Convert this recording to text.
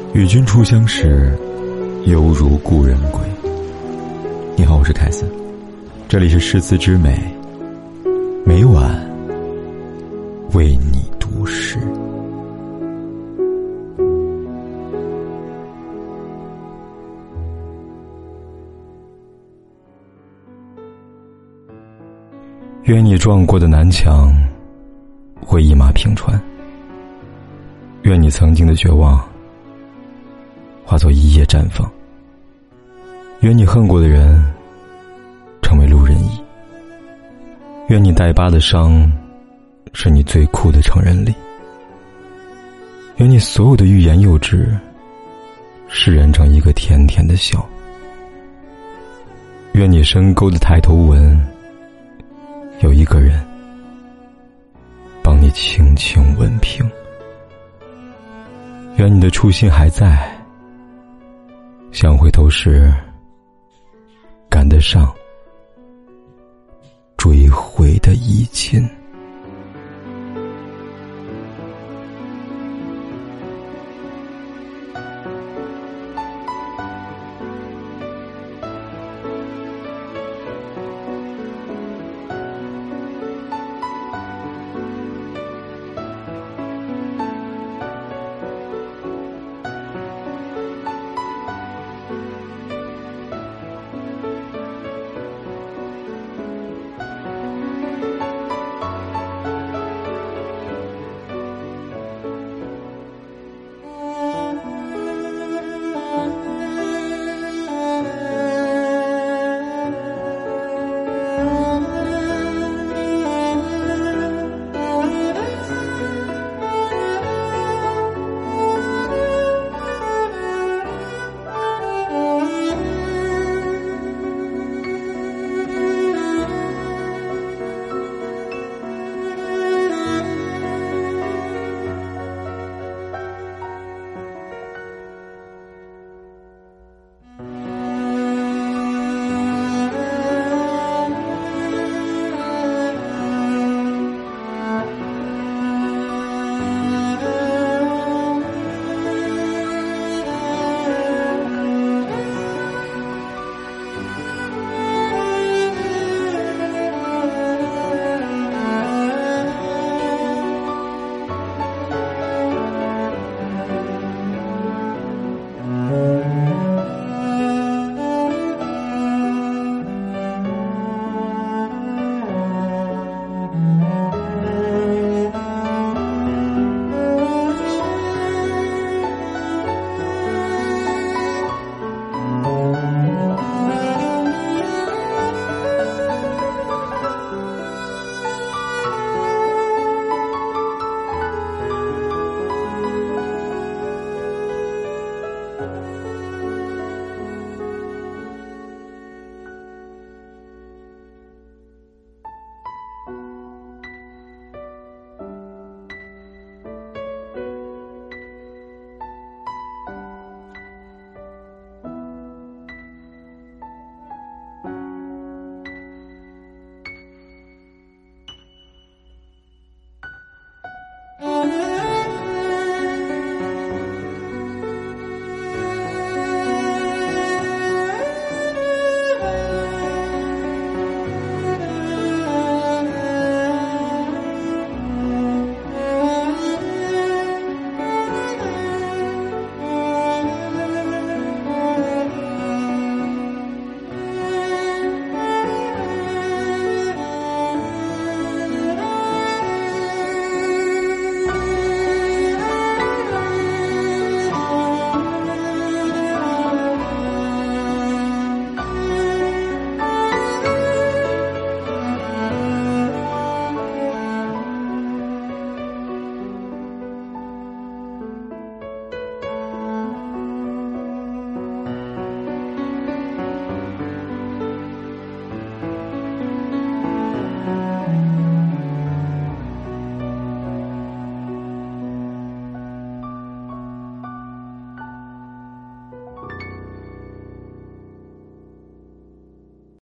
与君初相识，犹如故人归。你好，我是凯森，这里是诗词之美，每晚为你读诗。愿你撞过的南墙会一马平川，愿你曾经的绝望化作一夜绽放，愿你恨过的人成为路人乙，愿你带疤的伤是你最酷的成人礼，愿你所有的欲言又止释然成一个甜甜的笑，愿你深沟的抬头纹有一个人帮你轻轻吻平，愿你的初心还在，想回头时赶得上追回的一亲。